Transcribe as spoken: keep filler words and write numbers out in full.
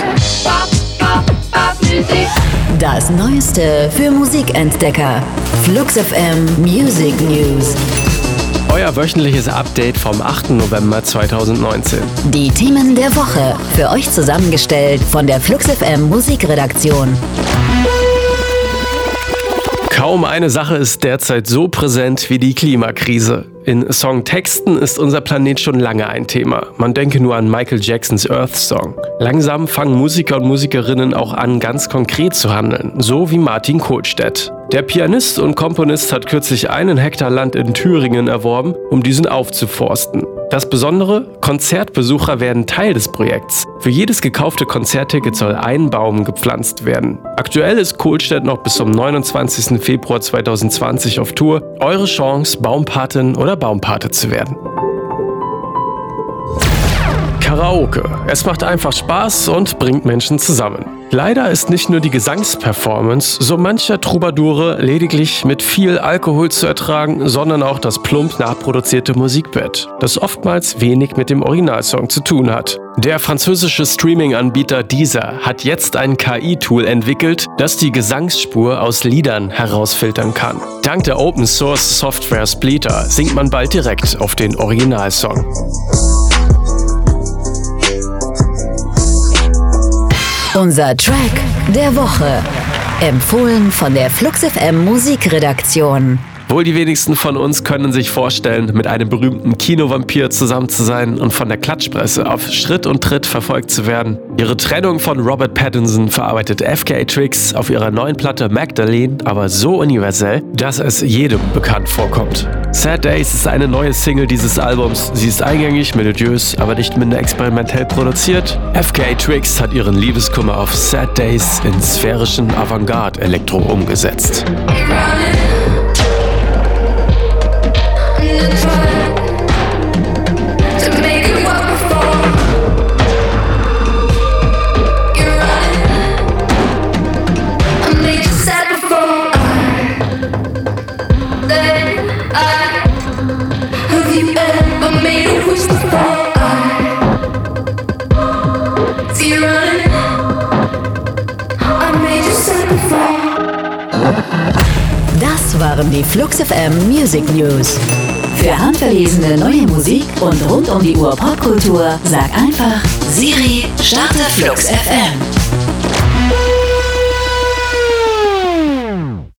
Das Neueste für Musikentdecker. Flux F M Music News. Euer wöchentliches Update vom achten November zweitausendneunzehn. Die Themen der Woche. Für euch zusammengestellt von der Flux F M Musikredaktion. Kaum eine Sache ist derzeit so präsent wie die Klimakrise. In Songtexten ist unser Planet schon lange ein Thema. Man denke nur an Michael Jacksons Earth Song. Langsam fangen Musiker und Musikerinnen auch an, ganz konkret zu handeln, so wie Martin Kohlstedt. Der Pianist und Komponist hat kürzlich einen Hektar Land in Thüringen erworben, um diesen aufzuforsten. Das Besondere: Konzertbesucher werden Teil des Projekts. Für jedes gekaufte Konzertticket soll ein Baum gepflanzt werden. Aktuell ist Kohlstedt noch bis zum neunundzwanzigsten Februar zweitausendzwanzig auf Tour. Eure Chance, Baumpatin oder Baumpate zu werden. Karaoke. Es macht einfach Spaß und bringt Menschen zusammen. Leider ist nicht nur die Gesangsperformance so mancher Troubadoure lediglich mit viel Alkohol zu ertragen, sondern auch das plump nachproduzierte Musikbett, das oftmals wenig mit dem Originalsong zu tun hat. Der französische Streaming-Anbieter Deezer hat jetzt ein K I-Tool entwickelt, das die Gesangsspur aus Liedern herausfiltern kann. Dank der Open-Source-Software Splitter singt man bald direkt auf den Originalsong. Unser Track der Woche. Empfohlen von der Flux F M Musikredaktion. Wohl die wenigsten von uns können sich vorstellen, mit einem berühmten Kinovampir zusammen zu sein und von der Klatschpresse auf Schritt und Tritt verfolgt zu werden. Ihre Trennung von Robert Pattinson verarbeitet F K A Twigs auf ihrer neuen Platte Magdalene aber so universell, dass es jedem bekannt vorkommt. Sad Days ist eine neue Single dieses Albums. Sie ist eingängig, melodiös, aber nicht minder experimentell produziert. F K A Twigs hat ihren Liebeskummer auf Sad Days in sphärischen Avantgarde-Elektro umgesetzt. Das waren die Flux F M Music News. Für handverlesene neue Musik und rund um die Uhr Popkultur sag einfach: Siri, starte Flux F M.